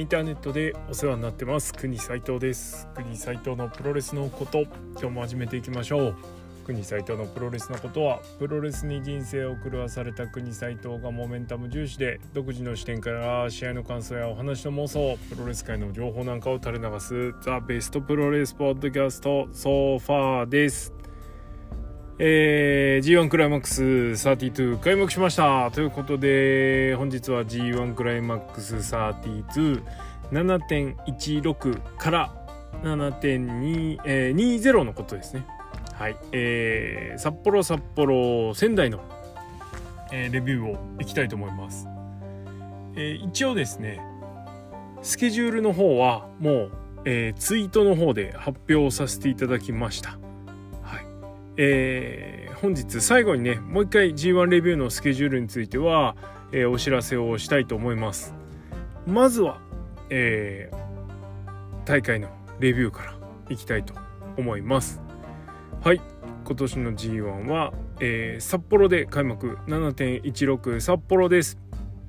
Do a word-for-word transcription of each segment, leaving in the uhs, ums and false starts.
インターネットでお世話になってます国斉藤です。国斉藤のプロレスのこと、今日も始めていきましょう。国斉藤のプロレスのことは、プロレスに人生を狂わされた国斉藤がモメンタム重視で独自の視点から試合の感想やお話の妄想、プロレス界の情報なんかを垂れ流すザ・ベストプロレスポッドキャストソファーです。えー、ジーワン クライマックスさんじゅうに開幕しましたということで、本日は ジーワン クライマックスさんじゅうに ななてんいちろく から ななてんにじゅう のことですね。はい、えー、札幌札幌仙台の、えー、レビューをいきたいと思います。えー、一応ですね、スケジュールの方はもう、えー、ツイートの方で発表させていただきました。えー、本日最後にね、もう一回 ジーワン レビューのスケジュールについては、えー、お知らせをしたいと思います。まずは、えー、大会のレビューからいきたいと思います。はい、今年の ジーワン は、えー、札幌で開幕 ななてんいちろく 札幌です。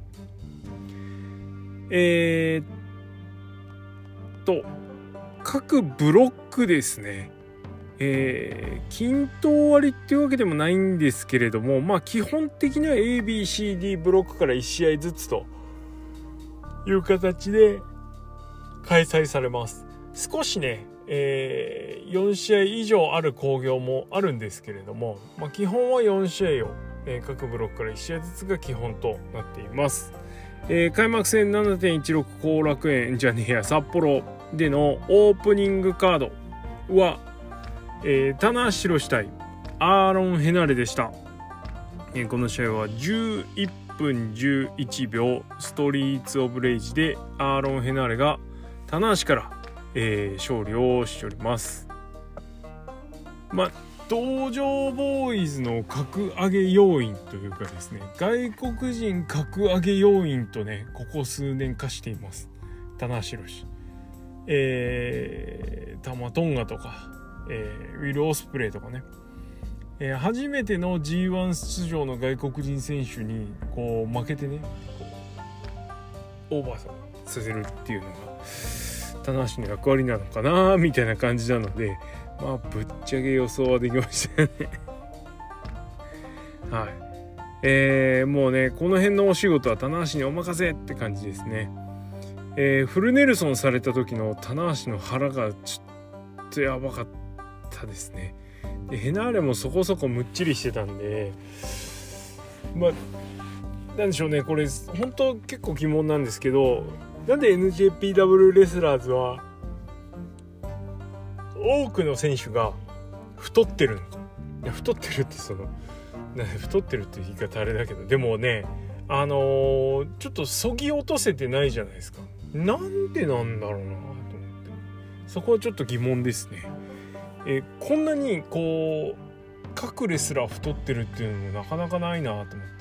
えー、と各ブロックですね、えー、均等割りっていうわけでもないんですけれども、まあ基本的には エービーシーディー ブロックからいち試合ずつという形で開催されます。少しね、えー、よん試合以上ある興行もあるんですけれども、まあ、基本はよん試合を、えー、各ブロックからいち試合ずつが基本となっています。えー、開幕戦 ななてんいちろく 後楽園じゃねえや札幌でのオープニングカードはえー、棚橋宏対アーロン・ヘナレでした。えー、この試合はじゅういっぷんじゅういちびょうストリーツ・オブ・レイジでアーロン・ヘナレが棚橋から、えー、勝利をしております。まあ道場ボーイズの格上げ要因というかですね、外国人格上げ要因とね、ここ数年化しています棚橋宏。えー、タマトンガとかえー、ウィル・オスプレイとかね、えー、初めての ジーワン 出場の外国人選手にこう負けてね、オーバーさせるっていうのが棚橋の役割なのかなみたいな感じなので、まあぶっちゃけ予想はできましたよねはい、えー、もうねこの辺のお仕事は棚橋にお任せって感じですね。えー、フルネルソンされた時の棚橋の腹がちょっとやばかったですね。でヘナーレもそこそこむっちりしてたんで、まあなんでしょうね、これ本当結構疑問なんですけど、なんで エヌジェーピーダブリュー レスラーズは多くの選手が太ってるのか。いや太ってるってその太ってるって言い方あれだけど、でもねあのー、ちょっとそぎ落とせてないじゃないですか。なんでなんだろうなと思って、そこはちょっと疑問ですね。えー、こんなにこう各レスラー太ってるっていうのもなかなかないなと思って、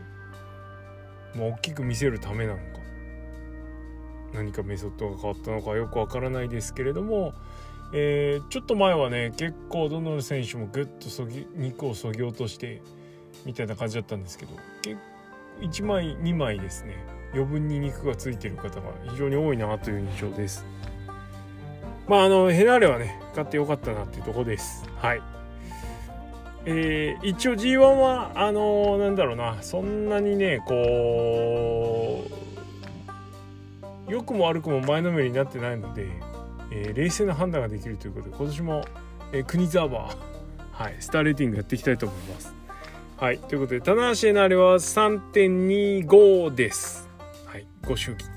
もう大きく見せるためなのか何かメソッドが変わったのかよくわからないですけれども、えー、ちょっと前はね結構どの選手もグッとそぎ肉をそぎ落としてみたいな感じだったんですけど、いちまいにまいですね余分に肉がついてる方が非常に多いなという印象です。まああのヘナーレはね勝ってよかったなっていうところです。はい、えー、一応 ジーワン はあのー、なんだろうな、そんなにねこう良くも悪くも前のめりになってないので、えー、冷静な判断ができるということで、今年も、えー、国沢はいスターレーティングやっていきたいと思います。はい、ということで棚橋ヘナーレは さんてんにご です。はい、ご祝儀。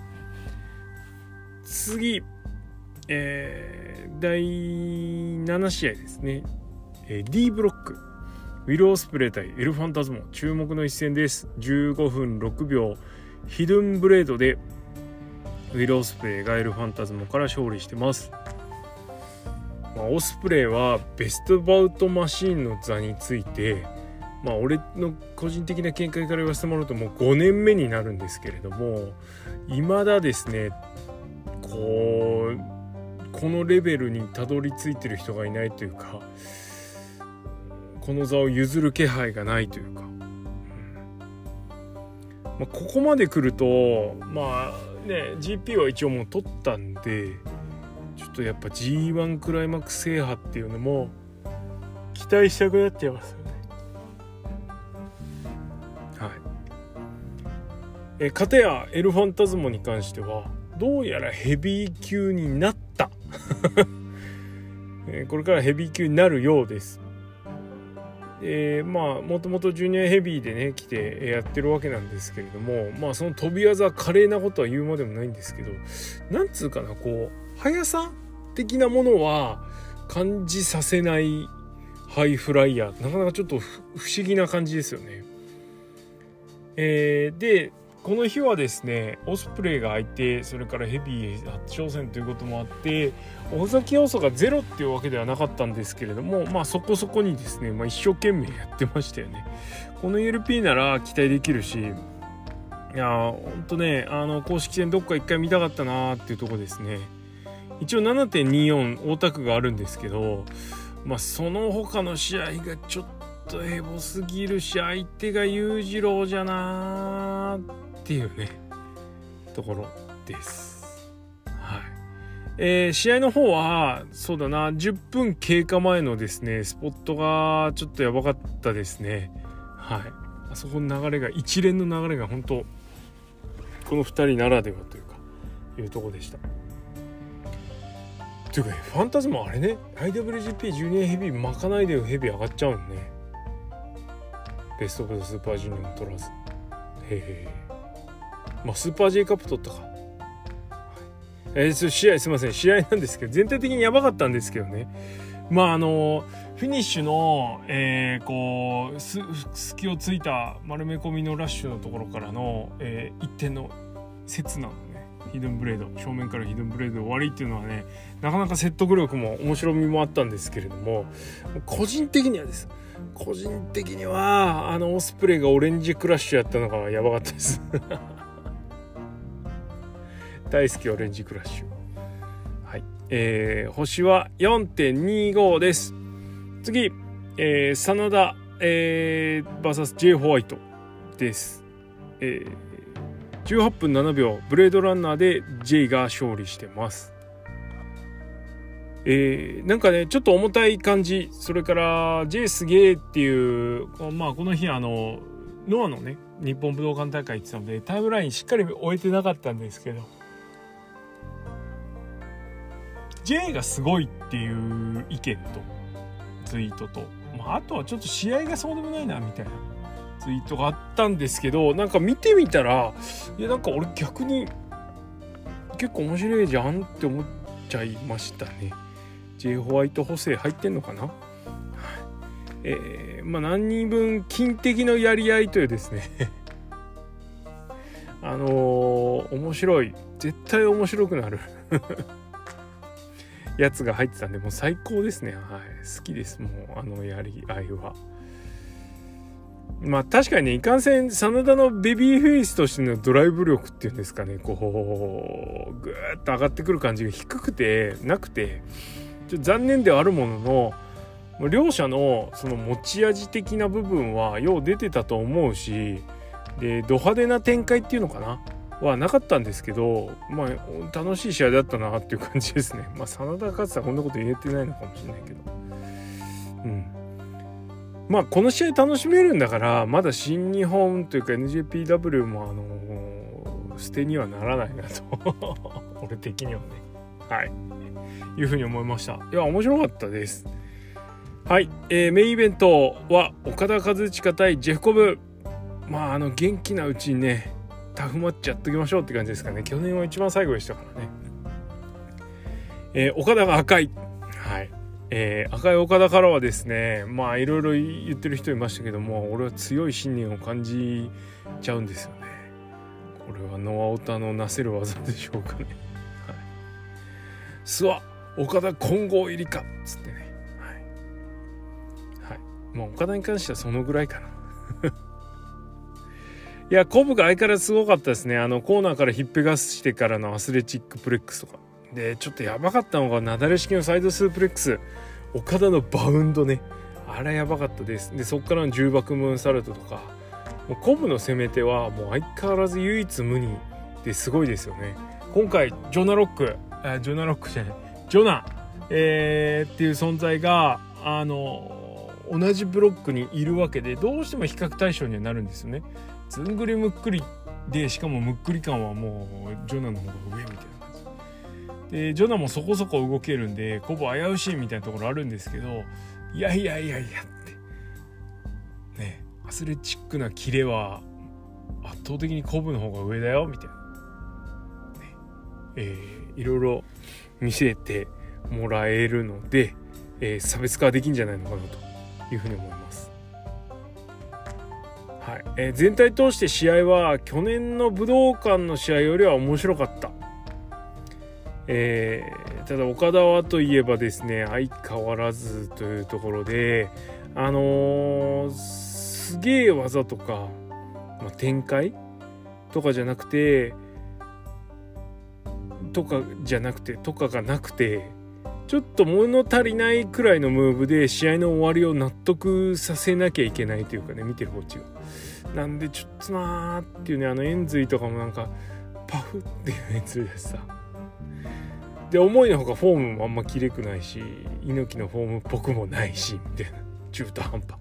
次えー、だいなな試合ですね、えー、D ブロックウィル・オスプレイ対エル・ファンタズモ、注目の一戦です。じゅうごふんろくびょうヒドゥンブレードでウィル・オスプレイがエル・ファンタズモから勝利してます。まあ、オスプレイはベストバウトマシーンの座について、まあ俺の個人的な見解から言わせてもらうともうごねんめになるんですけれども、未だですねこうこのレベルにたどり着いてる人がいないというか、この座を譲る気配がないというか、うんまあ、ここまで来るとまあね ジーピー は一応もう取ったんで、ちょっとやっぱ ジーワン クライマックス制覇っていうのも期待したくなっちゃいますよね。はい。えかたやエルファンタズモに関してはどうやらヘビー級になったえこれからヘビー級になるようです。えー、まあもともとジュニアヘビーでね来てやってるわけなんですけれども、まあその飛び技華麗なことは言うまでもないんですけど、なんつうかな、こう速さ的なものは感じさせないハイフライヤー、なかなかちょっと不思議な感じですよね。えー、でこの日はですねオスプレイが相手、それからヘビー初挑戦ということもあって尾崎要素がゼロっていうわけではなかったんですけれども、まあそこそこにですね、まあ、一生懸命やってましたよね。この エルピー なら期待できるし、いやーほんとね、あの公式戦どっか一回見たかったなーっていうところですね。一応 ななてんにじゅうよん 大田区があるんですけど、まあその他の試合がちょっとヘボすぎるし、相手が裕次郎じゃなーっていうねところです。はい。えー、試合の方はそうだな、じゅっぷん経過前のですねスポットがちょっとやばかったですね。はい。あそこの流れが、一連の流れが本当このふたりならではというかいうところでした。というかファンタズマあれね アイダブリュージーピー ジュニアヘビーまかないでヘビー上がっちゃうんね。ベストオブスーパージュニアも取らず、へえ、まあスーパー J カップ取ったか。えー、試合すいません試合なんですけど全体的にやばかったんですけどね。まああのフィニッシュの、えー、こうす隙をついた丸め込みのラッシュのところからの、えー、一点の刹那のねヒドゥンブレード、正面からヒドゥンブレード終わりっていうのはね、なかなか説得力も面白みもあったんですけれども、個人的にはです個人的にはあのオスプレイがオレンジクラッシュやったのがやばかったです大好きオレンジクラッシュ。はい、えー、星は よんてんにじゅうご です。次、えー、真田、えー、ブイエス J ホワイトです。えー、じゅうはっぷんななびょうブレードランナーで J が勝利してます。えー、なんかねちょっと重たい感じ、それから J すげーっていう、まあこの日あのノアのね日本武道館大会行ってたのでタイムラインしっかり終えてなかったんですけど、 J がすごいっていう意見とツイートと、まあ、あとはちょっと試合がそうでもないなみたいなツイートがあったんですけど、なんか見てみたらいやなんか俺逆に結構面白いじゃんって思っちゃいましたね。 J ホワイト補正入ってんのかな。えー、まあ何人分金的のやり合いというですねあのー、面白い、絶対面白くなるやつが入ってたんでもう最高ですね。はい、好きです。もうあのやり合いはまあ確かにね、いかんせん真田のベビーフェイスとしてのドライブ力っていうんですかね、こうぐーっと上がってくる感じが低くてなくてちょっと残念ではあるものの、両者のその持ち味的な部分はよう出てたと思うし、でド派手な展開っていうのかなはなかったんですけど、まあ楽しい試合だったなっていう感じですね。まあ真田が勝つはこんなこと言えてないのかもしれないけど、うん、まあこの試合楽しめるんだからまだ新日本というか エヌジェーピーダブリュー もあのー、捨てにはならないなと俺的にはね、はいいうふうに思いました。いや面白かったです。はい、えー、メインイベントは岡田和親対ジェフコブ。まああの元気なうちにねタフマッチやっときましょうって感じですかね。去年は一番最後でしたからね。えー、岡田が赤い、はい、えー、赤い岡田からはですね、まあいろいろ言ってる人いましたけども、俺は強い信念を感じちゃうんですよね。これはノアオタのなせる技でしょうかね。はい、すわ岡田混合入りかっつってね、はい、はい、まあ岡田に関してはそのぐらいかな。いやコブが相変わらずすごかったですね。あのコーナーからひっぺがしてからのアスレチックプレックスとかで、ちょっとやばかったのがなだれ式のサイドスープレックス、岡田のバウンドね、あれやばかったです。でそっからの重爆ムーンサルトとか、もうコブの攻め手はもう相変わらず唯一無二ですごいですよね。今回ジョナロックあジョナロックじゃないジョナ、えー、っていう存在があの同じブロックにいるわけで、どうしても比較対象にはなるんですよね。ずんぐりむっくりで、しかもむっくり感はもうジョナの方が上みたいな感じで、ジョナもそこそこ動けるんでコブ危うしいみたいなところあるんですけど、いやいやいやいやってね、アスレチックなキレは圧倒的にコブの方が上だよみたいな、ねえー、いろいろ見せてもらえるので、えー、差別化できんじゃないのかなというふうに思います。はいえー、全体通して試合は去年の武道館の試合よりは面白かった。えー、ただ岡田はといえばですね、相変わらずというところで、あのー、すげえ技とか、まあ、展開とかじゃなくてとかじゃなくてとかがなくて、ちょっと物足りないくらいのムーブで試合の終わりを納得させなきゃいけないというかね、見てるこっちがなんでちょっとなーっていうね、あの円髄とかもなんかパフっていう円髄でさ、で思いのほかフォームもあんまきれくないし、猪木のフォームっぽくもないしみたいな中途半端、はい、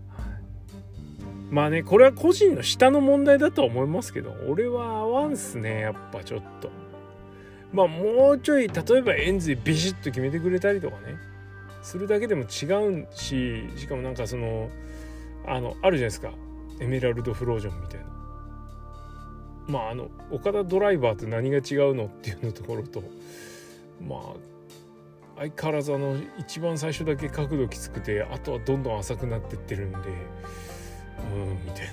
まあねこれは個人の下の問題だとは思いますけど、俺は合わんすねやっぱちょっと。まあもうちょい例えば円髄ビシッと決めてくれたりとかねするだけでも違うし、しかもなんかそのあのあるじゃないですか、エメラルドフロージョンみたいな、まああの岡田ドライバーと何が違うのっていうのところと、まあ相変わらずあの一番最初だけ角度きつくて、あとはどんどん浅くなってってるんで、うんみたいな。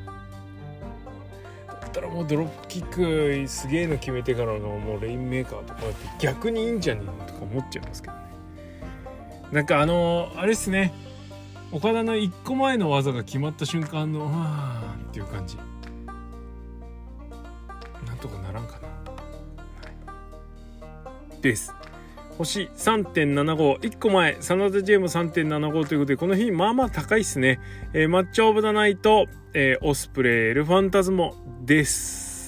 だったらもうドロップキックすげえの決めてからのもうレインメーカーとかって逆にいいんじゃねえのとか思っちゃいますけどね。なんかあのあれっすね、岡田のいっこまえの技が決まった瞬間のはーっていう感じ、なんとかならんかな、はい、です。星 さんてんななご、いっこまえ真田 J も さんてんななご ということで、この日まあまあ高いっすね。えー、マッチオブザナイト、えー、オスプレイエルファンタズモです。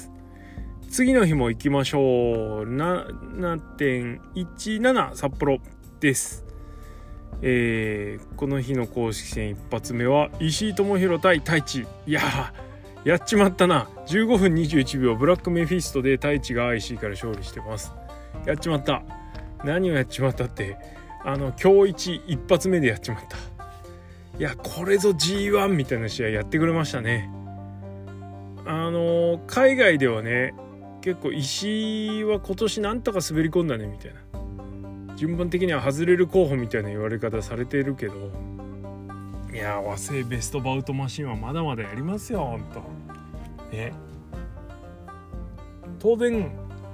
次の日も行きましょう。 ななてんいちなな 札幌です。えー、この日の公式戦一発目は石井智弘対太一。いやーやっちまったな。じゅうごふんにじゅういちびょうブラックメフィストで太一が アイシー から勝利してます。やっちまった。何をやっちまったって、あの今日一一発目でやっちまった。いやこれぞ ジーワン みたいな試合やってくれましたね。あの海外ではね結構石井は今年なんとか滑り込んだねみたいな、順番的には外れる候補みたいな言われ方されているけど、いや和製ベストバウトマシンはまだまだやりますよほんとね。当然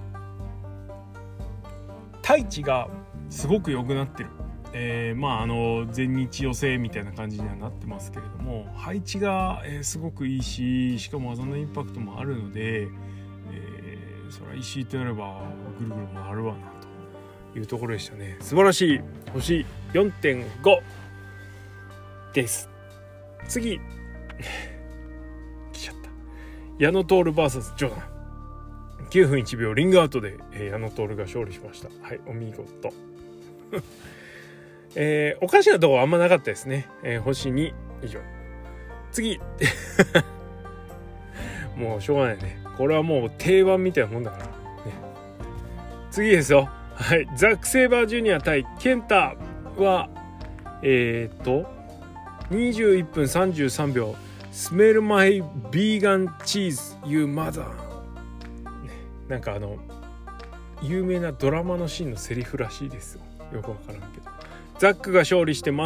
太一がすごく良くなってる、えー、まああの全日予選みたいな感じにはなってますけれども、配置が、えー、すごくいいし、しかも技のインパクトもあるので、えー、それは石井とやればぐるぐる回るわなというところでしたね。素晴らしい。星 よんてんご です。次来ちゃった。矢野徹 ブイエス ジョナンきゅうふんいちびょうリングアウトで、えー、矢野徹が勝利しました。はい、お見事。えー、おかしなところあんまなかったですね。えー、星に以上。次もうしょうがないね。これはもう定番みたいなもんだから、ね、次ですよ。はい、ザック・セイバージュニア対ケンタはえー、っとにじゅういっぷんさんじゅうさんびょう。スメルマイビーガンチーズユーマザー、なんかあの有名なドラマのシーンのセリフらしいですよ。よくわからんけどザックが勝利してます。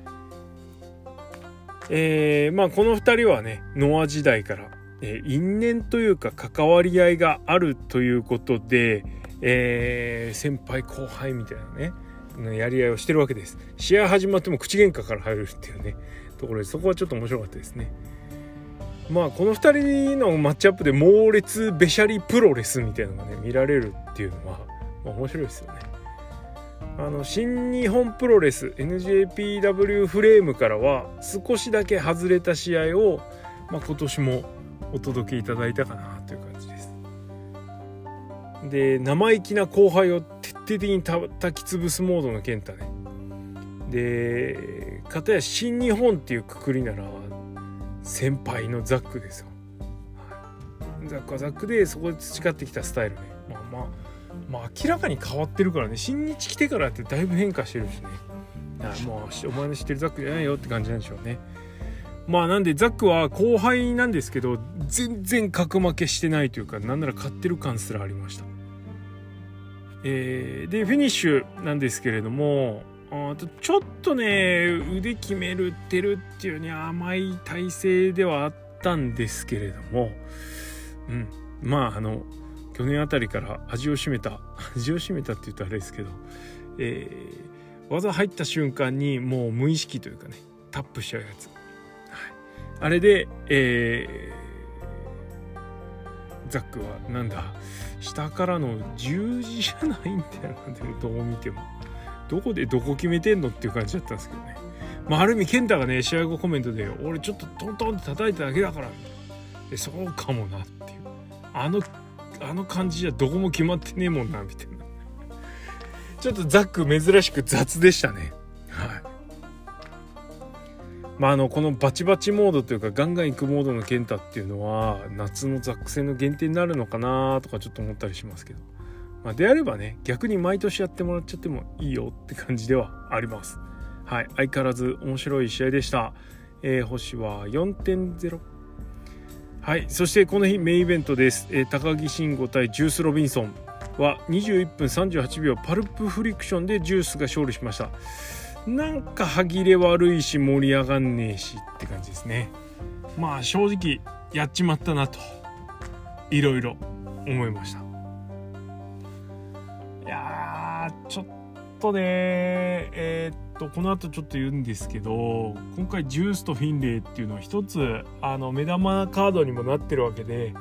えー、まあこのふたりはねノア時代から、えー、因縁というか関わり合いがあるということで、えー、先輩後輩みたいなねやり合いをしてるわけです。試合始まっても口喧嘩から入るっていうねところで、そこはちょっと面白かったですね。まあこのふたりのマッチアップで猛烈べしゃりプロレスみたいなのがね見られるっていうのは、まあ、面白いですよね。あの新日本プロレス エヌジェーピーダブリュー フレームからは少しだけ外れた試合を、まあ、今年もお届けいただいたかなという感じです。 で生意気な後輩を徹底的に叩き潰すモードの健太ね。で片や新日本っていうくくりなら先輩のザックですよ。ザックはザックでそこで培ってきたスタイルね。まあまあまあ明らかに変わってるからね。新日来てからってだいぶ変化してるしね。もうお前の知ってるザックじゃないよって感じなんでしょうね。まあなんでザックは後輩なんですけど全然格負けしてないというか、なんなら勝ってる感すらありました。えー、でフィニッシュなんですけれども、あとちょっとね腕決めるってるっていうに甘い体勢ではあったんですけれども、うん、まああの去年あたりから味を占めた味を占めたって言うとあれですけど、えー、技入った瞬間にもう無意識というかねタップしちゃうやつ、はい、あれで、えー、ザックはなんだ下からの十字じゃないんだよな、どう見てもどこでどこ決めてんのっていう感じだったんですけどね。まあある意味健太がね試合後コメントで俺ちょっとトントンって叩いただけだからでそうかもなっていう、あのあの感じじゃどこも決まってねえもんなみたいなちょっとザック珍しく雑でしたね。はい。まああのこのバチバチモードというかガンガン行くモードの健太っていうのは夏のザック戦の限定になるのかなとかちょっと思ったりしますけど、まあ、であればね逆に毎年やってもらっちゃってもいいよって感じではあります。はい、相変わらず面白い試合でした。えー、星は よんてんゼロ。 はい。そしてこの日メインイベントです。えー、高木慎吾対ジュース・ロビンソンはにじゅういっぷんさんじゅうはちびょうパルプフリクションでジュースが勝利しました。なんか歯切れ悪いし盛り上がんねえしって感じですね。まあ正直やっちまったなといろいろ思いました。いやーちょっとねえー、っとこの後ちょっと言うんですけど、今回ジュースとフィンレイっていうのは一つあの目玉カードにもなってるわけで、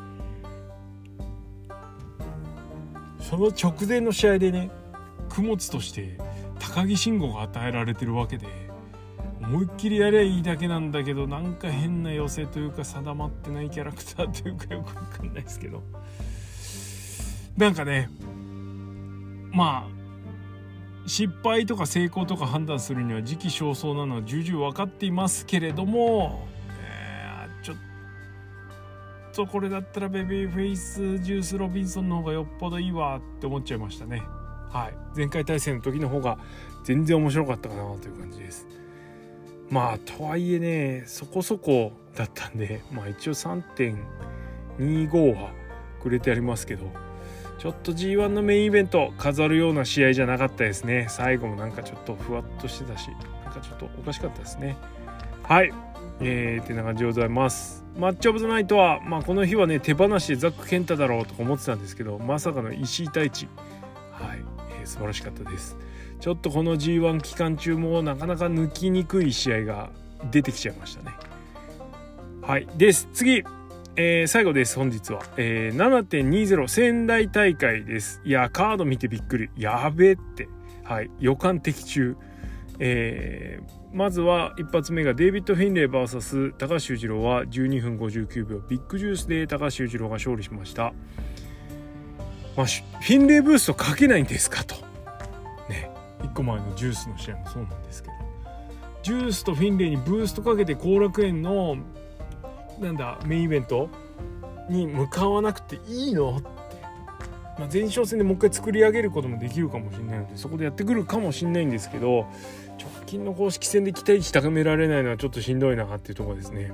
その直前の試合でね供物として高木慎吾が与えられてるわけで、思いっきりやりゃいいだけなんだけど、なんか変な寄せというか定まってないキャラクターというかよくわかんないですけど、なんかねまあ失敗とか成功とか判断するには時期尚早なのは重々分かっていますけれども、えー、ちょっとこれだったらベビーフェイスジュースロビンソンの方がよっぽどいいわって思っちゃいましたね。はい、前回対戦の時の方が全然面白かったかなという感じです。まあとはいえねそこそこだったんで、まあ一応 さんてんにご はくれてありますけど、ちょっと ジーワン のメインイベント飾るような試合じゃなかったですね。最後もなんかちょっとふわっとしてたし、なんかちょっとおかしかったですね。はい、えー、ってな感じでございます。マッチオブザナイトは、まあ、この日はね手放しでザック健太だろうとか思ってたんですけど、まさかの石井太一、はい、えー、素晴らしかったです。ちょっとこの ジーワン 期間中もなかなか抜きにくい試合が出てきちゃいましたね。はいです次、えー、最後です本日は、えー、ななてんにじゅう 仙台大会です。いやカード見てびっくり、やべって、はい、予感的中。えー、まずは一発目がデイビッド・フィンレイ ブイエス 高橋修司郎はじゅうにふんごじゅうきゅうびょうビッグジュースで高橋修司郎が勝利しました。まあ、フィンレイブーストかけないんですかとね、いっこまえのジュースの試合もそうなんですけど、ジュースとフィンレイにブーストかけて後楽園のなんだメインイベントに向かわなくていいのって、まあ、前哨戦でもう一回作り上げることもできるかもしれないのでそこでやってくるかもしれないんですけど、直近の公式戦で期待値高められないのはちょっとしんどいなっていうところですね。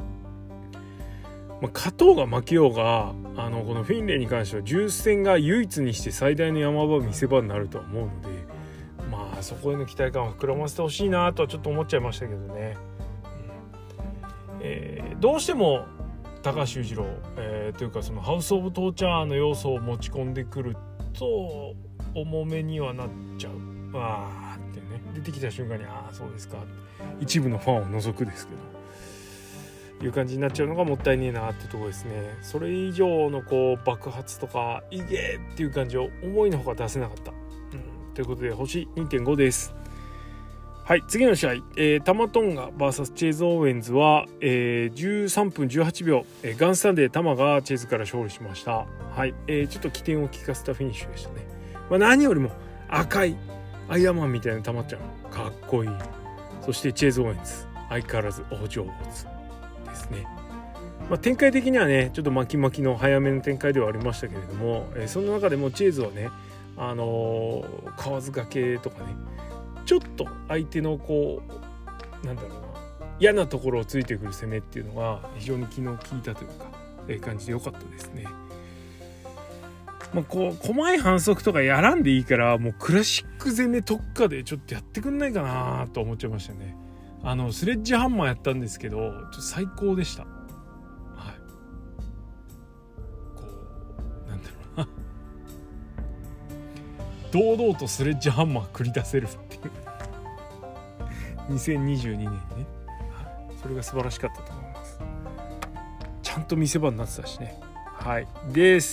まあ、勝とうが負けようがあのこのフィンレイに関してはジュース戦が唯一にして最大の山場見せ場になるとは思うので、まあそこへの期待感を膨らませてほしいなとはちょっと思っちゃいましたけどね。えー、どうしても高橋修司郎、えー、というかそのハウス・オブ・トーチャーの要素を持ち込んでくると重めにはなっちゃう。あーってね、出てきた瞬間にああそうですか一部のファンを除くですけどいう感じになっちゃうのがもったいねえなってところですね。それ以上のこう爆発とかいげーっていう感じを思いのほか出せなかった、うん、ということで星 にてんご です。 はい、次の試合、えー、タマトンガ ブイエス チェイズ・オーエンズは、えー、じゅうさんぷんじゅうはちびょう、えー、ガンスタンでタマがチェイズから勝利しました。はい、えー、ちょっと起点を利かせたフィニッシュでしたね。まあ、何よりも赤いアイアンマンみたいなタマちゃんかっこいい。そしてチェイズ・オーエンズ相変わらずお上手ですね。まあ、展開的にはねちょっと巻き巻きの早めの展開ではありましたけれども、えー、その中でもチェイズはねあのー、河津掛けとかねちょっと相手のこうなんだろうな嫌なところをついてくる攻めっていうのが非常に気の利いたというか、えー、感じで良かったですね。まあ、こう細い反則とかやらんでいいからもうクラシック攻め特化でちょっとやってくんないかなと思っちゃいましたね。あのスレッジハンマーやったんですけどちょっと最高でした。はい、こうなんだろうな堂々とスレッジハンマー繰り出せるっていうにせんにじゅうにねんにね、はい、それが素晴らしかったと思います。ちゃんと見せ場になってたしね。はいです、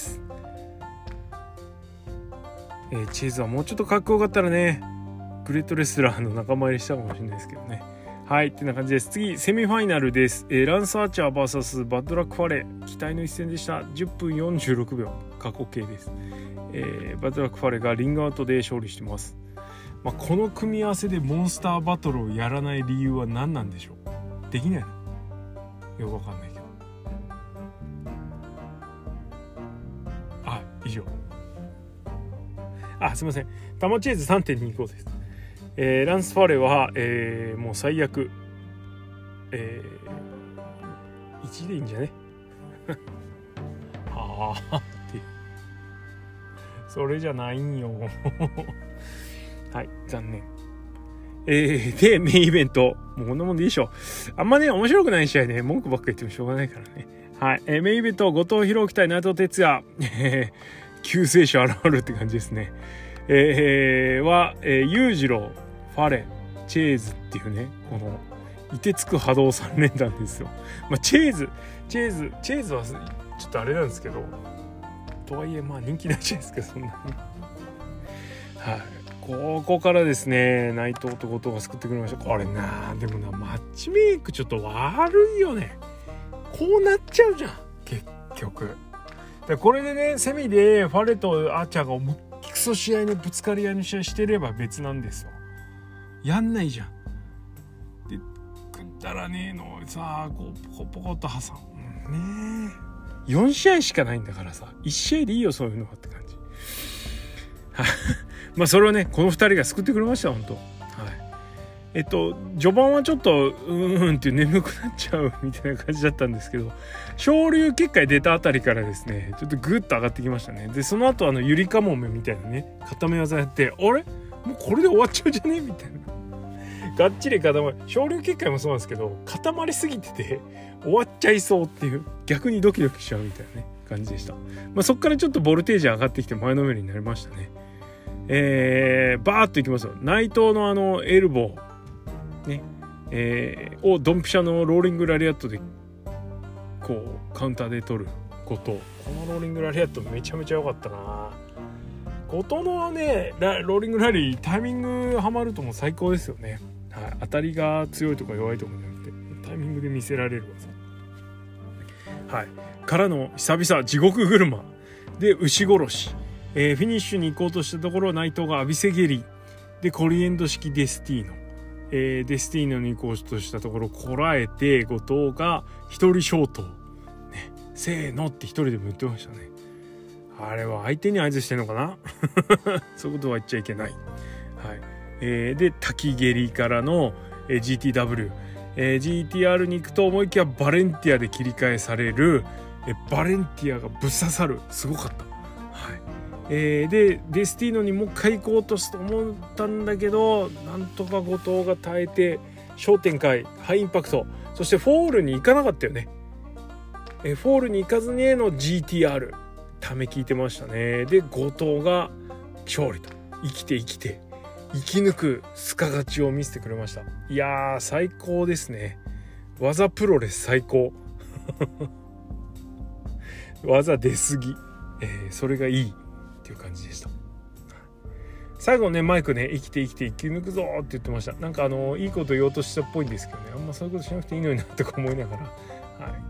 えー、チェイズはもうちょっとかっこよかったらねグレートレスラーの仲間入りしたかもしれないですけどね。はいってな感じです。次セミファイナルです、えー、ランス・アーチャー ブイエス バッドラック・ファレー期待の一戦でした。じゅっぷんよんじゅうろくびょう過去形です。えー、バトラックファレがリングアウトで勝利してます。まあ、この組み合わせでモンスターバトルをやらない理由は何なんでしょう。できないのよくわかんないけど。あ、以上。あ、すいません。タマチェイズ さんてんにご です。えー、ランス・ファレは、えー、もう最悪、えー、いちでいいんじゃねはあってそれじゃないんよはい残念。えー、でメインイベントもうこんなもんでいいでしょ。あんまね面白くない試合ね文句ばっかり言ってもしょうがないからね。はい、えー、メインイベント後藤弘樹対内藤哲也救世主現るって感じですね。えー、は、えー、裕次郎ファレチェイズっていうねこの凍てつく波動さん連弾ですよ。まあ、チェイズチェイズチェイズはちょっとあれなんですけどとはいえまあ人気ないじゃないですかそんなにはい、ここからですね内藤と後藤が救ってくれました。これなでもなマッチメイクちょっと悪いよね。こうなっちゃうじゃん結局で。これでねセミでファレとアーチャーが思いっきくそ試合のぶつかり合いの試合してれば別なんですよ。やんないじゃん。でくだらねえのさあこうポコポコと挟むねえよんしあいしかないんだからさいち試合でいいよそういうのはって感じまあそれをねこのふたりが救ってくれました本当。はいえっと序盤はちょっとうーんって眠くなっちゃうみたいな感じだったんですけど昇竜結界出たあたりからですねちょっとグッと上がってきましたね。でその後あのゆりかもめみたいなね固め技やってあれもうこれで終わっちゃうじゃねみたいながっちり固まる昇竜結界もそうなんですけど固まりすぎてて終わっちゃいそうっていう逆にドキドキしちゃうみたいなね感じでした。まあ、そこからちょっとボルテージ上がってきて前のめりになりましたね。えー、バーッといきますよ。内藤のあのエルボーね、えー、をドンピシャのローリングラリアットでこうカウンターで取る後藤。このローリングラリアットめちゃめちゃ良かったな。後藤のねローリングラリータイミングはまるともう最高ですよね。はい、当たりが強いとか弱いとかじゃなくてタイミングで見せられる技、はい、からの久々地獄車で牛殺し、えー、フィニッシュに行こうとしたところ内藤が浴びせ蹴りでコリエンド式デスティーノ、えー、デスティーノに行こうとしたところこらえて後藤が一人ショート、ね、せーのって一人でも言ってましたね。あれは相手に合図してんのかなそういうことは言っちゃいけない。はいえー、で滝蹴りからの、えー、ジーティーダブリュー、えー、ジーティーアール に行くと思いきやバレンティアで切り替えされる、えー、バレンティアがぶっ刺さるすごかった。はいえー、でデスティーノにもう一回行こうとしと思ったんだけどなんとか後藤が耐えて小展開ハイインパクトそしてフォールに行かなかったよね。えー、フォールに行かずにへの ジーティーアール ため聞いてましたね。で後藤が勝利と生きて生きて生き抜くスカ勝ちを見せてくれました。いやー最高ですね。技プロレス最高技出過ぎ、えー、それがいいっていう感じでした。 最後ねマイクね生きて生きて生き抜くぞって言ってました。なんかあのいいこと言おうとしたっぽいんですけどね、あんまそういうことしなくていいのになとか思いながら、はい、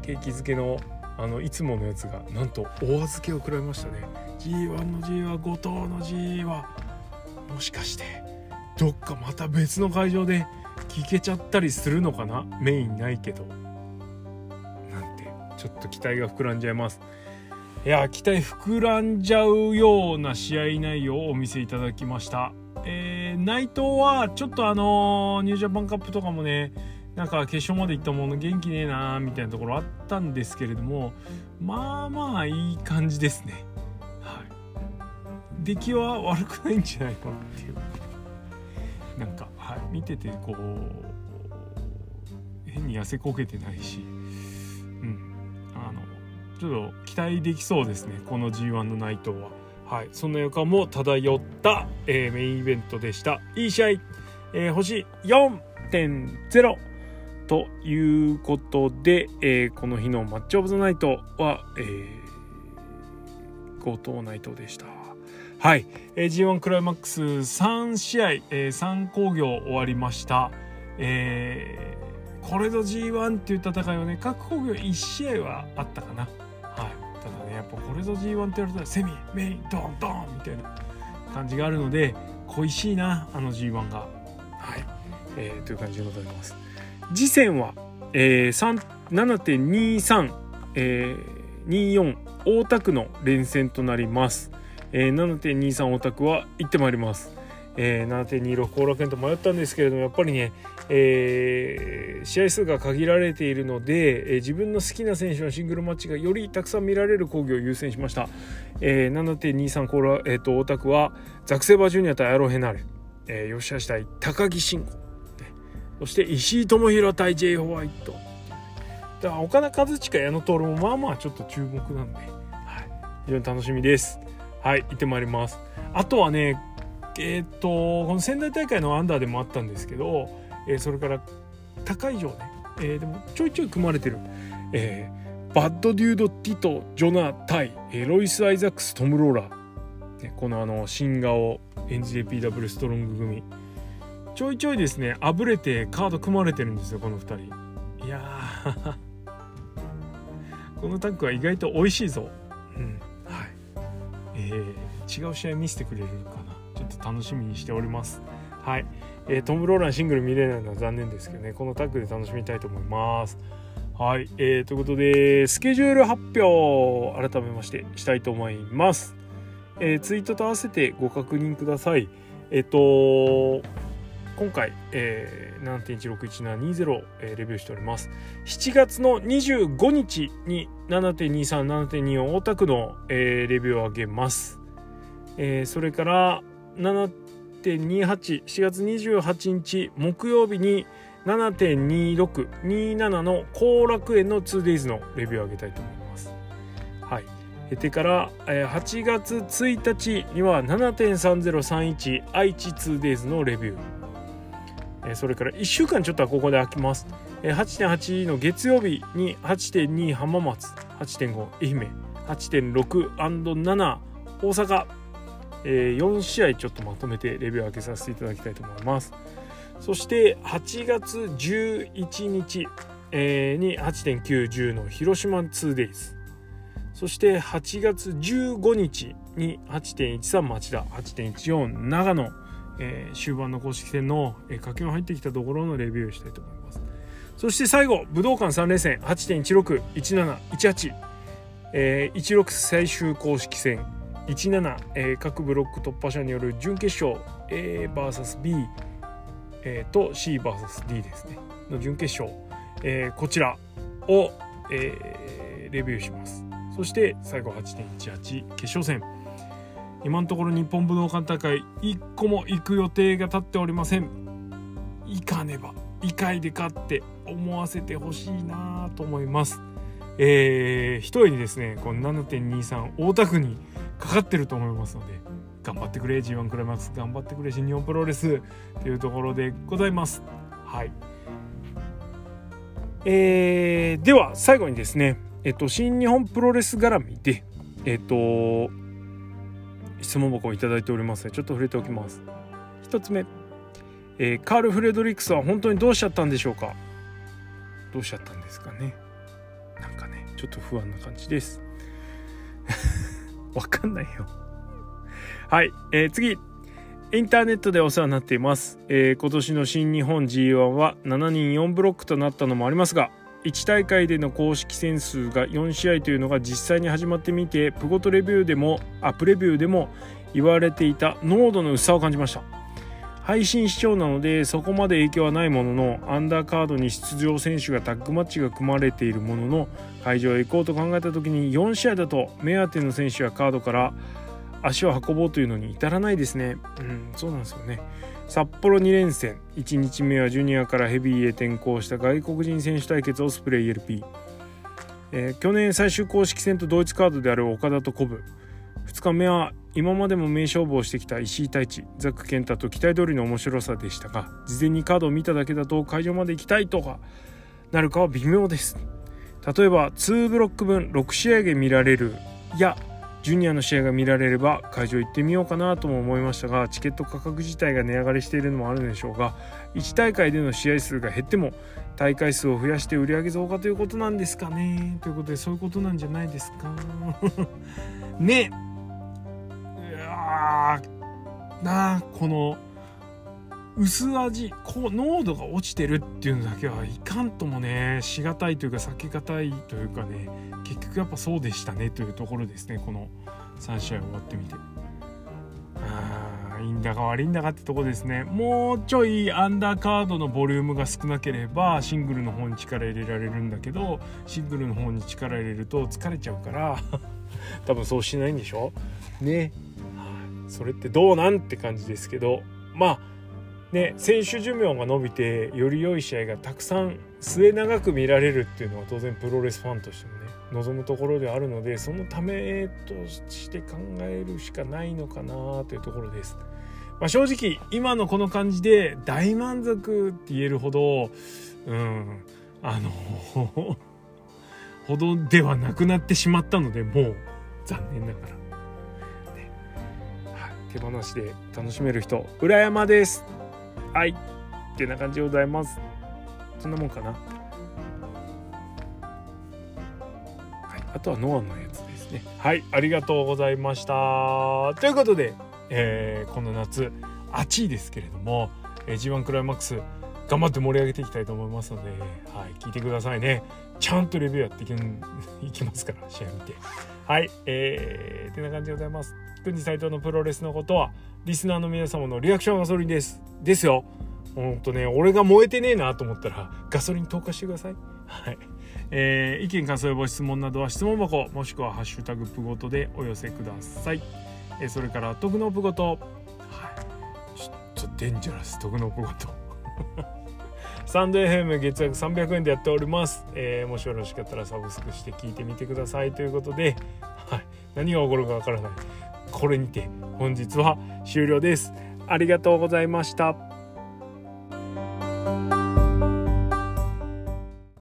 景気づけのあのいつものやつがなんとお預けを食らいましたね。 ジーワン の G はご頭の G はもしかしてどっかまた別の会場で聞けちゃったりするのかな、メインないけどなんてちょっと期待が膨らんじゃいます。いや期待膨らんじゃうような試合内容をお見せいただきました。えー、内藤はちょっとあのー、ニュージャパンカップとかもねなんか決勝まで行ったもの元気ねえなみたいなところあったんですけれども、まあまあいい感じですね。はい、出来は悪くないんじゃないかなっていうなんか、はい、見ててこう変に痩せこけてないし、うんあのちょっと期待できそうですねこの ジーワン の内藤は。はい、そんな予感も漂った、えー、メインイベントでした。いい試合、えー、星 よんてんゼロ ということで、えー、この日のマッチオブザナイトは、えー、後藤内藤でした。はい、えー、ジーワン クライマックスさん試合、えー、さん興行終わりました。えー、これぞ ジーワン っていう戦いはね各興行いち試合はあったかな。はい、ただねやっぱこれぞ ジーワン って言われたらセミメインドンドンみたいな感じがあるので恋しいなあの ジーワン が。はい、えー、という感じでございます。次戦は、えー、ななてんにさん、えー、にじゅうよん大田区の連戦となります。えー、ななてんにさん 大田区は行ってまいります。えー、ななてんにじゅうろく 後楽園と迷ったんですけれどもやっぱりね、えー、試合数が限られているので、えー、自分の好きな選手のシングルマッチがよりたくさん見られる興行を優先しました。えー、ななてんにじゅうさん コーラ、えー、と大田区はザクセイバージュニア対アロヘナーレ、えー、吉橋対高木慎吾、そして石井智弘対 J ホワイトだから岡田和親矢野徹もまあまあちょっと注目なんで、はい、非常に楽しみです。はい、行ってまいります。あとはねえー、っとこの仙台大会のアンダーでもあったんですけど、えー、それから高い上ね、えー、でもちょいちょい組まれてる、えー、バッドデュード・ティト・ジョナ・タイ、えー、ロイス・アイザックス・トム・ローラー、ね、このあの新顔 エヌジェーピーダブリュー ストロング組ちょいちょいですねあぶれてカード組まれてるんですよこのふたり。いやーこのタッグは意外と美味しいぞ。うんはい、えー、違う試合見せてくれるかなちょっと楽しみにしております。はい、えー、トム・ローランシングル見れないのは残念ですけどねこのタッグで楽しみたいと思います。はい、えー、ということでスケジュール発表を改めましてしたいと思います。えー、ツイートと合わせてご確認ください。えっ、ー、と今回、えー、ななてんいちろくいちななにゼロ、えー、レビューしております。しちがつのにじゅうごにちに ななてんにさん、ななてんによん 大田区の、えー、レビューを上げます。えー、それから ななてんにはち、しちがつにじゅうはちにち木曜日に ななてんにろく、にじゅうなな の後楽園の ツーデイズ のレビューを上げたいと思います。はい。それから、えー、はちがつついたちには ななてんさんぜろさんいち 愛知 ツーデイズ のレビュー。それからいっしゅうかんちょっとはここで空きます。 はちてんはち の月曜日に はちてんに 浜松、 はちてんご 愛媛、 はちてんろく なな 大阪、えー、よんしあいちょっとまとめてレビューを開けさせていただきたいと思います。そしてはちがつじゅういちにち、えー、に はちてんきゅう、じゅう の広島 ツーデイズ、 そしてはちがつじゅうごにちに はちてんいちさん 町田、 はちてんいちよん 長野、えー、終盤の公式戦の、えー、佳境入ってきたところのレビューをしたいと思います。そして最後武道館さん連戦 はちてんいちろく、いちなな、いちはち、えー、じゅうろく最終公式戦いちなな、えー、各ブロック突破者による準決勝 エーブイエスビー、えー、と シーブイエスディー ですねの準決勝、えー、こちらを、えー、レビューします。そして最後 はちてんいちはち 決勝戦、今のところ日本武道館大会いっこも行く予定が立っておりません。行かねばいかいでかって思わせてほしいなと思います。えー、一重にですねこの ななてんにさん 大田区にかかってると思いますので頑張ってくれ ジーワン クライマックス頑張ってくれ新日本プロレスというところでございます。はい、えー、では最後にですね、えっと、新日本プロレス絡みでえっと質問箱をいただいておりますのでちょっと触れておきます。ひとつめ、えー、カール・フレドリックスは本当にどうしちゃったんでしょうか。どうしちゃったんですかね。なんかねちょっと不安な感じですわかんないよはい、えー、次、インターネットでお世話になっています、えー、今年の新日本 ジーワン はしちにんよんブロックとなったのもありますが、いち大会での公式戦数がよん試合というのが実際に始まってみて、プゴトレビューでもあプレビューでも言われていた濃度の薄さを感じました。配信視聴なのでそこまで影響はないものの、アンダーカードに出場選手がタッグマッチが組まれているものの、会場へ行こうと考えた時によん試合だと目当ての選手やカードから足を運ぼうというのに至らないですね。うん、そうなんですよね。札幌に連戦、いちにちめはジュニアからヘビーへ転向した外国人選手対決オスプレイ エルピー、えー、去年最終公式戦と同一カードである岡田とコブ。ふつかめは今までも名勝負をしてきた石井太一、ザック健太と期待通りの面白さでしたが、事前にカードを見ただけだと会場まで行きたいとかなるかは微妙です。例えばにブロック分ろく試合が見られるやジュニアの試合が見られれば会場行ってみようかなとも思いましたが、チケット価格自体が値上がりしているのもあるのでしょうが、いち大会での試合数が減っても大会数を増やして売上増加ということなんですかね。ということでそういうことなんじゃないですかね。いやーなあ、この薄味こう濃度が落ちてるっていうのだけはいかんともねしがたいというか避けがたいというかね、結局やっぱそうでしたねというところですね。このさん試合終わってみて、あーいいんだか悪いんだかってとこですね。もうちょいアンダーカードのボリュームが少なければシングルの方に力入れられるんだけど、シングルの方に力入れると疲れちゃうから多分そうしないんでしょね。それってどうなんって感じですけど、まあね、選手寿命が伸びてより良い試合がたくさん末永く見られるっていうのは当然プロレスファンとしてもね望むところであるので、そのためとして考えるしかないのかなというところです。まあ、正直今のこの感じで大満足って言えるほど、うん、あのほどではなくなってしまったので、もう残念ながら、ね、はい、手放しで楽しめる人羨まですはいってな感じでございます。そんなもんかな。はい、あとはノアのやつですね。はい、ありがとうございました。ということで、えー、この夏暑いですけれども、えー、ジーワン クライマックス頑張って盛り上げていきたいと思いますので、はい、聞いてくださいね。ちゃんとレビューやっていきいきますから試合見て。はい、えー、ってな感じでございます。くに斉藤のプロレスのことはリスナーの皆様のリアクションガソリンですですよ。ほんとね、俺が燃えてねえなと思ったらガソリン投下してください。はい、えー、意見感想やご質問などは質問箱もしくはハッシュタグプゴトでお寄せください。えー、それからトグノプゴト、はい、ちょっとデンジャラストグノプゴトサンド エフエム 月額さんびゃくえんでやっております。えー、もしよろしかったらサブスクして聞いてみてくださいということで、はい、何が起こるかわからないこれにて本日は終了です。ありがとうございました。